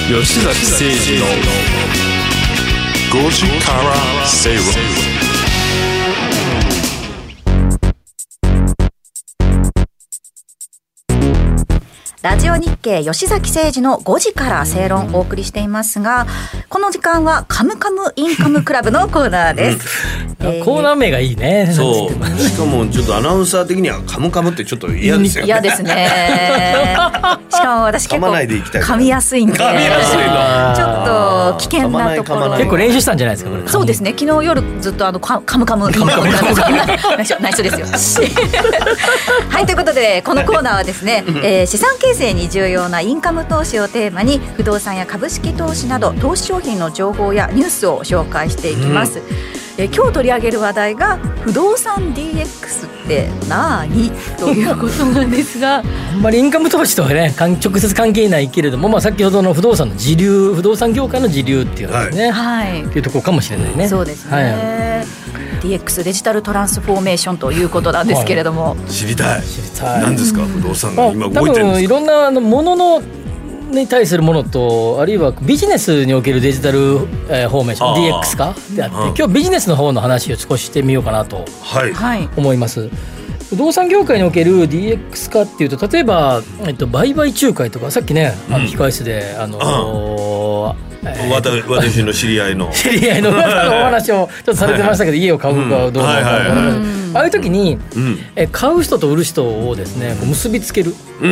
吉崎誠二の5時から正論。 ラジオ日経吉崎誠二の5時から正論をお送りしていますが、この時間はカムカムインカムクラブのコーナーです。 コーナー名がいいね。 そうしかもちょっとアナウンサー的にはカムカムってちょっと嫌ですよね。 嫌ですね。しかも私結構噛みやすいんで、ちょっと危険なところ。 結構練習したんじゃないですかこれ。 そうですね、昨日夜ずっとカムカムインカムクラブ内緒ですよ。はい、ということでこのコーナーはですね、資産形成に重要なインカム投資をテーマに不動産や株式投資など投資商品の情報やニュースを紹介していきます。今日取り上げる話題が不動産 DX って何ということなんですが、 あんまりインカム投資とはね直接関係ないけれども、先ほどの不動産の時流、不動産業界の時流っていうのですね、っていうところかもしれないね。 そうですね、DX デジタルトランスフォーメーションということなんですけれども、 知りたい何ですか不動産が今動いてるんですか。 多分いろんなもののに対するものと、あるいはビジネスにおけるデジタル、フォーメーション DX 化であって、今日ビジネスの方の話を少ししてみようかなと思います。不動産業界における DX 化っていうと、例えば、売買仲介とか、さっきね控室で私の知り合いのお話をちょっとされてましたけど、家を買うかどうか、ああいう時に、買う人と売る人をですね結びつける、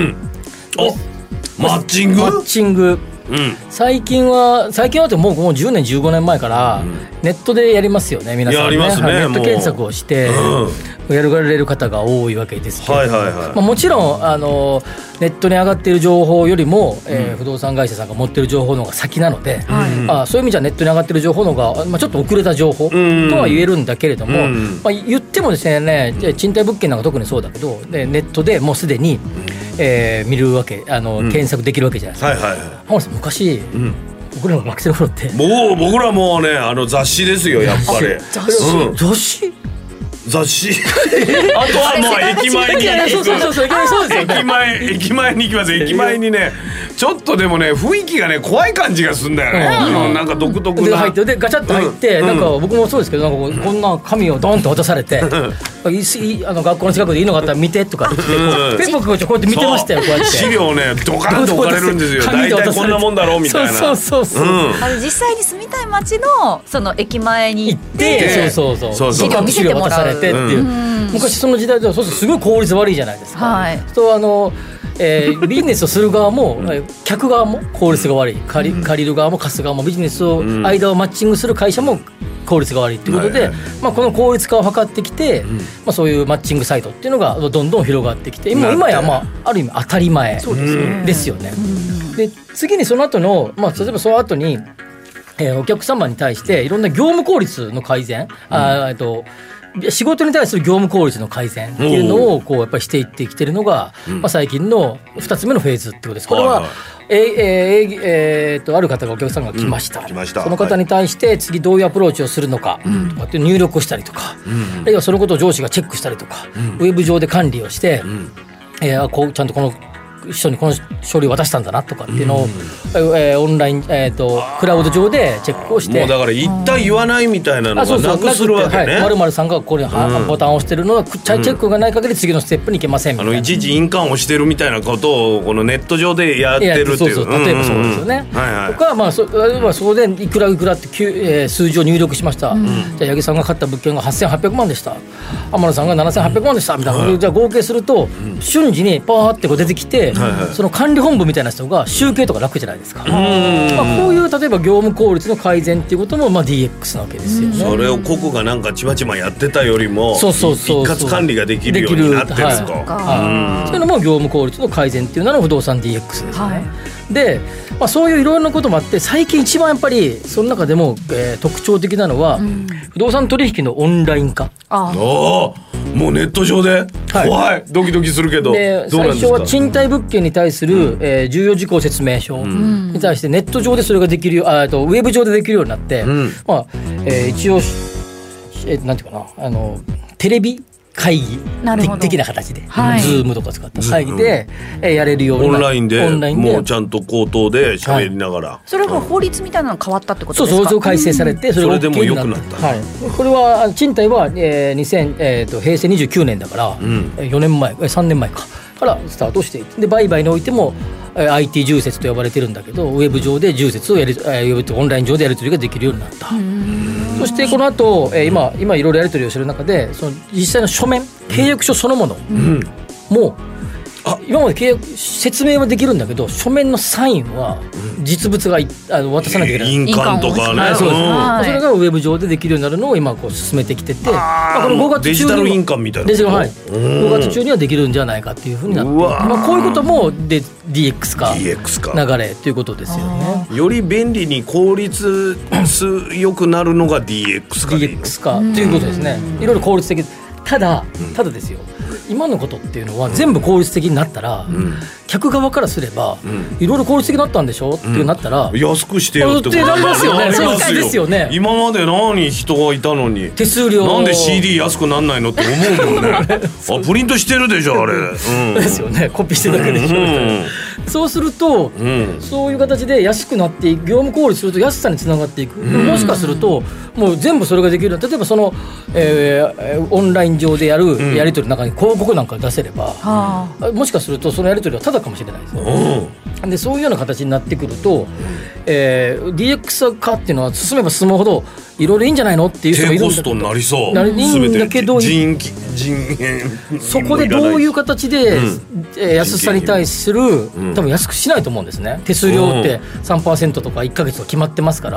マッチング、最近はってもう10年15年前からネットでやりますよね、皆さんね。やりますね。 ネット検索をしてやられる方が多いわけですけど、もちろんネットに上がっている情報よりも、不動産会社さんが持っている情報の方が先なので、そういう意味じゃネットに上がっている情報の方が、ちょっと遅れた情報とは言えるんだけれども、言ってもですね、賃貸物件なんか特にそうだけど、ネットでもうすでに見るわけ、検索できるわけじゃないですか。浜田さん昔、僕らの学生の頃って僕らもうね雑誌ですよ、やっぱり。雑誌あとはもう駅前に行く。駅前に行きます。駅前にね、ちょっとでもね雰囲気がね怖い感じがするんだよね。なんか独特な。 で入って、ガチャッと入って、なんか僕もそうですけど、なんかこんな紙をドンと渡されて、学校の近くでいいのがあったら見てとかってペコペコこうやって見てましたよ。こうやって資料ねドカンと置かれるんですよ。大体こんなもんだろうみたいな。 実際に住みたい街のその駅前に行って資料見せてもらうっていう、 昔その時代ではすごい効率悪いじゃないですか。とビジネスをする側も客側も効率が悪い、借りる側も貸す側もビジネスを間をマッチングする会社も効率が悪いということで、この効率化を図ってきて、そういうマッチングサイトっていうのがどんどん広がってきて、今やある意味当たり前ですよね。で次にその後の、例えばその後にお客様に対していろんな業務効率の改善、仕事に対する業務効率の改善っていうのをやっぱりしていってきてるのが、最近の2つ目のフェーズってことです。これは、ある方がお客さんが来ました、その方に対して次どういうアプローチをするのかとかっていう入力をしたりとか、あるいはそのことを上司がチェックしたりとか、ウェブ上で管理をして、ちゃんとこの人にこの書類を渡したんだなとかっていうのを、オンライン、クラウド上でチェックをして、 もうだから一体言わないみたいなのがなくするわけね。 〇〇さんがここにボタンを押してるのはチェックがない限り次のステップに行けませんみたいな、 いちいち印鑑をしてるみたいなことをこのネット上でやってるっていう。 例えばそうですよね。とかそこでいくらって数字を入力しました。じゃあ八木さんが買った物件が8800万でした、天野さんが7800万でしたみたいな、じゃあ合計すると瞬時にパーって出てきて、その管理本部みたいな人が集計とか楽じゃないですか。こういう例えば業務効率の改善っていうこともDX なわけですよね。 それを個々がなんかちまちまやってたよりも一括管理ができるようになってると、そういうのも業務効率の改善っていうのが不動産 DX ですね。で、そういういろんなこともあって、最近一番やっぱりその中でも、特徴的なのは、不動産取引のオンライン化。 もうネット上で、怖い、ドキドキするけど、 で最初は賃貸物件に対する、重要事項説明書に対してネット上でそれができるウェブ上でできるようになって、一応なんていうかな、テレビ会議的な形で、 はい、 ズームとか使った会議で、やれるようにオンラインでもうちゃんと口頭で喋りながら、はい、 それが法律みたいなのが変わったってことですか？ そう改正されて、 それでも良くなった、 はい、これは賃貸は、平成29年だから、4年前3年前からスタートしていて、で売買においてもIT 重説と呼ばれてるんだけど、ウェブ上で重説をオンライン上でやり取りができるようになった。そしてこの後、今いろいろやり取りをしてる中で、その実際の書面、契約書そのものも、今まで契約説明はできるんだけど、書面のサインは実物が渡さなきゃいけない、 印鑑とかね、 そうです、それがウェブ上でできるようになるのを今こう進めてきてて、この5月中にデジタル印鑑みたいなこと、 はい、5月中にはできるんじゃないかっていうふうになって、こういうこともDX 化流れということですよね。 より便利に効率よくなるのが DX 化ということですね。いろいろ効率的、ただですよ、今のことっていうのは全部効率的になったら、客側からすれば、いろいろ効率的になったんでしょってなったら、 安くしてよってことになりますよね。そうですよね。 今まで何人がいたのに手数料なんで CD 安くなんないのって思うもんねプリントしてるでしょあれ、 ですよね。コピーしてるだけでしょ、そうすると、そういう形で安くなっていく、業務効率すると安さにつながっていく、もしかするともう全部それができる。例えばその、オンライン上でやるやり取りの中に広告なんか出せれば、もしかするとそのやり取りはただかもしれないですね。でそういうような形になってくると、DX 化っていうのは進めば進むほどいろいろいいんじゃないのっていう人がいるんだけど、 低コストになりそう、 いいんだけど、 人そこでどういう形で、安さに対する、多分安くしないと思うんですね。手数料って 3% とか1ヶ月と決まってますから、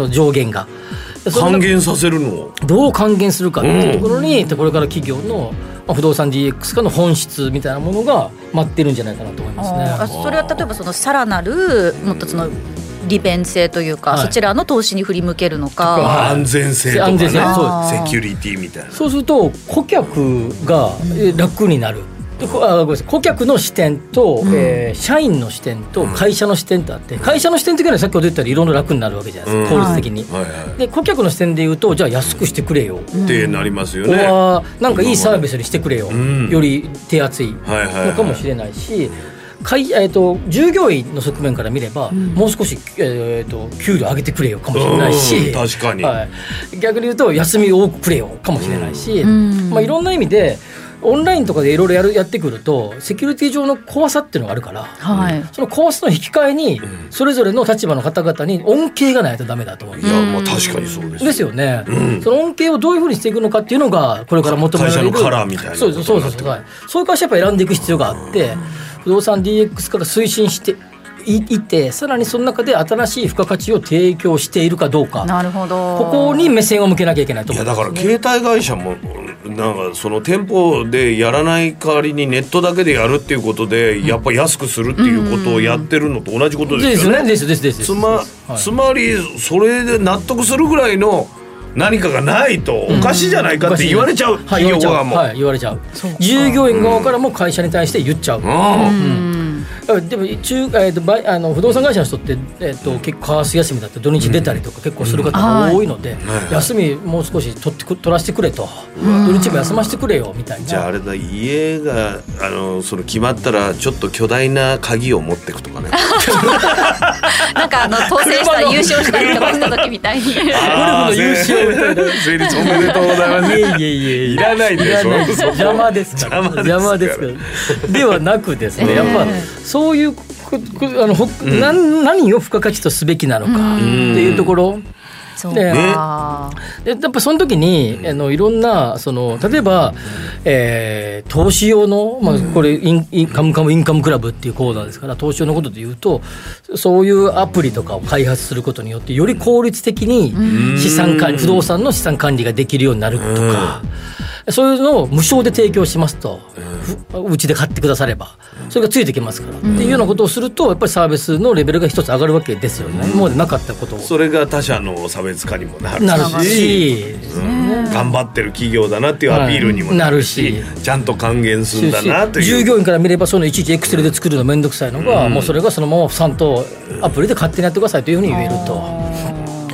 上限が還元させるのどう還元するかっていうところに、これから企業の不動産 DX 化の本質みたいなものが待ってるんじゃないかなと思いますね。 それは例えばそのさらなるもっとその利便性というか、そちらの投資に振り向けるのか、 安全性とかね、セキュリティみたいな。 そうすると顧客が楽になる。顧客の視点と、社員の視点と会社の視点とあって、会社の視点的には先ほど言ったようにいろいろ楽になるわけじゃないですか、効率的に、で顧客の視点で言うと、じゃあ安くしてくれよってなりますよね。 なんかいいサービスにしてくれよ、より手厚いのかもしれないし、従業員の側面から見れば、もう少し、給料上げてくれよかもしれないし、 確かに、 逆に言うと休み多くくれよかもしれないし、いろんな意味でオンラインとかでいろいろやってくると、セキュリティ上の怖さっていうのがあるから、その怖さの引き換えに、それぞれの立場の方々に恩恵がないとダメだと思うんです。 いや、まあ確かにそうです。 ですよね。その恩恵をどういうふうにしていくのかっていうのがこれから求められる会社のカラーみたいな。 そういう会社やっぱ選んでいく必要があって、不動産 DX から推進していて、さらにその中で新しい付加価値を提供しているかどうか、 なるほど、 ここに目線を向けなきゃいけないと思います。 いや、だから携帯会社もなんかその店舗でやらない代わりにネットだけでやるっていうことで、やっぱ安くするっていうことをやってるのと同じことですよね。つまりそれで納得するぐらいの何かがないとおかしいじゃないかって言われちゃう、企業側も、 言われちゃう、従業員側からも会社に対して言っちゃう。でも不動産会社の人って、結構為替休みだって土日出たりとか結構する方が多いので、休みもう少し取らせてくれと、土日も休ませてくれよみたいな。 じゃああれだ、家がその決まったらちょっと巨大な鍵を持っていくとかねなんか当選した優勝したりとかした時みたいにゴルフの優勝みたいな、 成立おめでとうございます。 いらないでしょ、 邪魔ですからではなくですね、やっぱそういう何を付加価値とすべきなのかっていうところで、やっぱその時にいろんな例えば、投資用の、これインカムクラブっていうコーナーですから、投資用のことでいうと、そういうアプリとかを開発することによってより効率的に資産管理、不動産の資産管理ができるようになるとか、そういうのを無償で提供しますと、うちで買ってくださればそれがついてきますから、っていうようなことをすると、やっぱりサービスのレベルが一つ上がるわけですよね。今までなかったことを、 それが他社の差別化にもなるし、 頑張ってる企業だなっていうアピールにもなるし、ちゃんと還元するんだなという。 従業員から見れば、そのいちいちエクセルで作るのめんどくさいのが、もうそれがそのままちゃんとアプリで勝手にやってくださいというふうに言えると。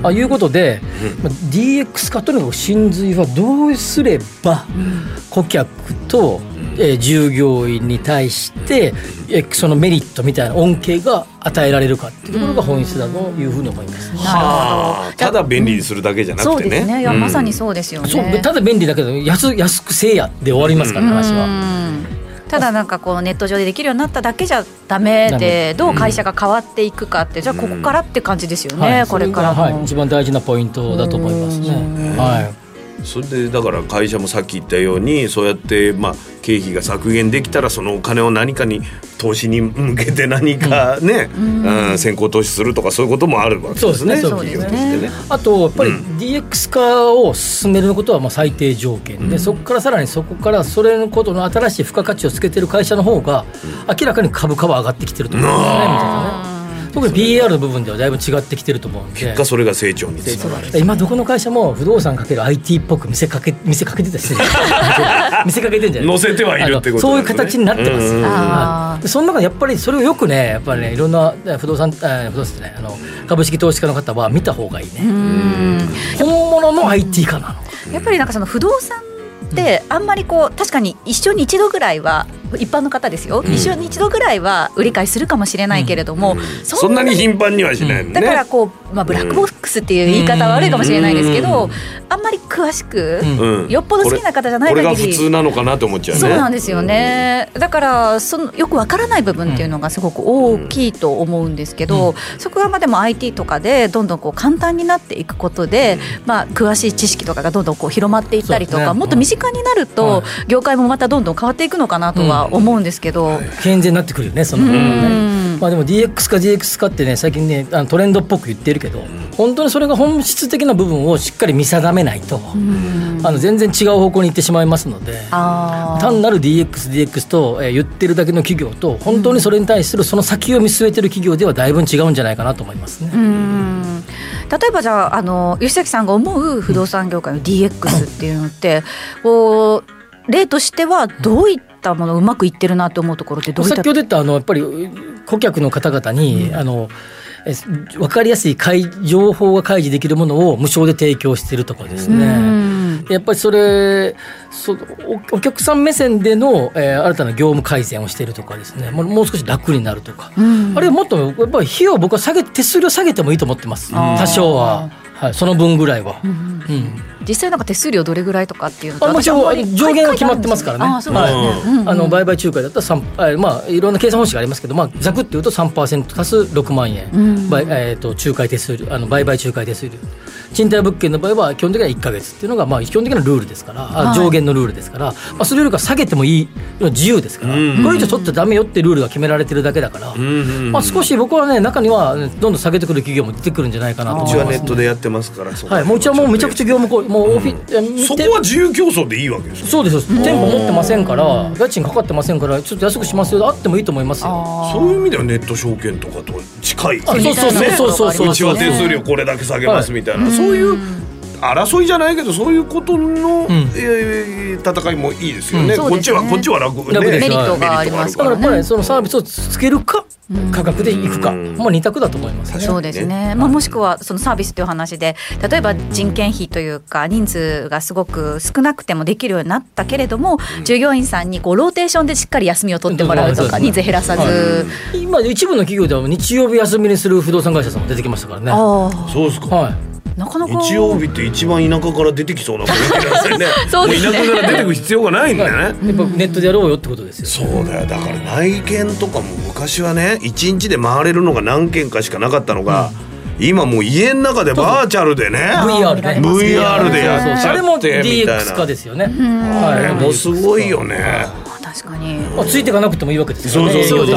いうことで、DX 化とにかく真髄はどうすれば顧客と従業員に対してそのメリットみたいな恩恵が与えられるかっていうところが本質だというふうに思います。 ただ便利にするだけじゃなくてね。 そうですね。いや、まさにそうですよね。 そうただ便利だけど安くせえやで終わりますから、話は。 ただなんかこうネット上でできるようになっただけじゃダメで、どう会社が変わっていくかって、じゃあここからって感じですよね、これからの、 一番大事なポイントだと思いますね。 それでだから会社もさっき言ったようにそうやって経費が削減できたらそのお金を何かに投資に向けて何かね、先行投資するとかそういうこともあるわけですね。 そうですね。あとやっぱり DX 化を進めることは最低条件で、そこからさらにそれのことの新しい付加価値をつけてる会社の方が明らかに株価は上がってきてると思うんですね、みたいなね。特に PAR の部分ではだいぶ違ってきてると思うんで、 結果それが成長につながる。 今どこの会社も不動産かける IT っぽく見せかけてたし見せかけてんじゃない載せてはいるってことですね。 そういう形になってます。その中でやっぱりそれをよくね、やっぱりね、いろんな株式投資家の方は見た方がいいね。本物の IT 化なの。 やっぱりなんかその不動産であんまり確かに一生に一度ぐらいは一般の方ですよ、一生に一度ぐらいは売り買いするかもしれないけれども、 そんなに頻繁にはしないもんね。 だからブラックボックスっていう言い方は悪いかもしれないですけど、あんまり詳しく、よっぽど好きな方じゃない限りこれが普通なのかなと思っちゃうね。 そうなんですよね。だからよくわからない部分っていうのがすごく大きいと思うんですけど、そこがでも IT とかでどんどん簡単になっていくことで、詳しい知識とかがどんどん広まっていったりとか、もっと身近になると、業界もまたどんどん変わっていくのかなとは思うんですけど、 健全になってくるよね、その辺はね。でも DX 化ってね、最近ねトレンドっぽく言ってるけど、本当にそれが本質的な部分をしっかり見定めないと、全然違う方向に行ってしまいますので、単なる DX と言ってるだけの企業と、本当にそれに対するその先を見据えてる企業ではだいぶ違うんじゃないかなと思いますね。 例えばじゃあ吉崎さんが思う不動産業界の DX っていうのって例としてはどういったものうまくいってるなと思うところってどういった？ 先ほど言ったやっぱり顧客の方々に、分かりやすい情報が開示できるものを無償で提供しているとかですね。やっぱりお客さん目線での、新たな業務改善をしているとかですね、もう少し楽になるとか、あるいはもっとやっぱり費用を僕は手数料下げてもいいと思ってます。多少は、その分ぐらいは。 実際なんか手数料どれぐらいとかっていうのともちろん上限が決まってますからね。売買仲介だったらいろんな計算方式がありますけど、ざくっていうと 3% 足す6万円、仲介手数料、売買仲介手数料、賃貸物件の場合は基本的には1ヶ月っていうのが基本的なルールですから、上限のルールですから、それよりか下げてもいい自由ですから、これ以上取ってダメよってルールが決められてるだけだから、少し僕はね、中にはどんどん下げてくる企業も出てくるんじゃないかなと思います。 うちはネットでやってますから。 もううちはもうめちゃくちゃ業務そこは自由競争でいいわけですか？ そうですよ。店舗持ってませんから、家賃かかってませんから、ちょっと安くしますよ、あってもいいと思いますよ。 そういう意味ではネット証券とかと近い。 そううちは手数料これだけ下げますみたいな、そういう争いじゃないけど、そういうことの、戦いもいいですよね。こっちは楽で、 メリットがありますからね。 だからやっぱりそのサービスをつけるか価格でいくか、2択だと思いますね。 そうですね。もしくはそのサービスという話で、例えば人件費というか人数がすごく少なくてもできるようになったけれども、従業員さんにローテーションでしっかり休みを取ってもらうとか、人数減らさず、 今一部の企業では日曜日休みにする不動産会社さんも出てきましたからね。 そうですか。 なかなか日曜日って一番田舎から出てきそうな雰囲気なんですよね。 そうですね。 田舎から出てくる必要がないんだね。 やっぱネットでやろうよってことですよ。 そうだよ。だから内見とかも昔はね、1日で回れるのが何件かしかなかったのが、今もう家の中でバーチャルでね、 VR でやっちゃってみたいな。 それも DX 化ですよね。 もうすごいよね。 確かに。 ついていかなくてもいいわけですよね。 そう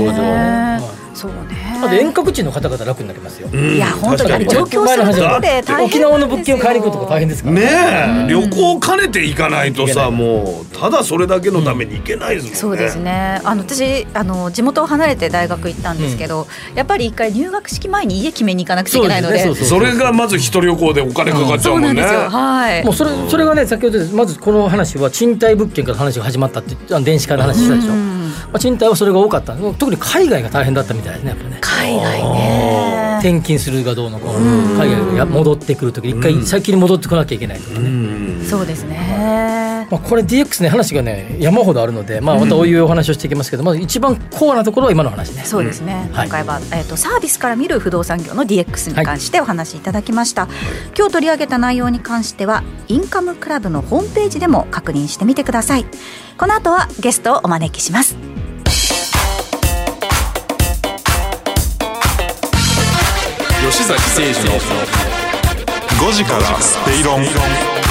ね。 あと遠隔地の方々楽になりますよ。 いや本当に上京することで大変ですよ。 沖縄の物件を買いに行くとか大変ですからね。旅行を兼ねて行かないとさ、もうただそれだけのために行けないですもんね。 そうですね。私地元を離れて大学行ったんですけど、やっぱり一回入学式前に家決めに行かなくちゃいけないので、 それがまず一旅行でお金かかっちゃうもんね。 もうそれがね、先ほどまずこの話は賃貸物件から話が始まったって電子化の話したでしょ。賃貸はそれが多かった。特に海外が大変だったみたいですね。やっぱね。 海外ね。 転勤するがどうのこうの、海外が戻ってくるとき一回先に戻ってこなきゃいけないとかね、 そうですね、 これ DX ね話がね山ほどあるので、またおいうお話をしていきますけど、まず一番コアなところは今の話ね。 そうですね、今回は、サービスから見る不動産業の DX に関してお話しいただきました、今日取り上げた内容に関してはインカムクラブのホームページでも確認してみてください。この後はゲストをお招きします。 吉崎誠二の5時からスペイロン。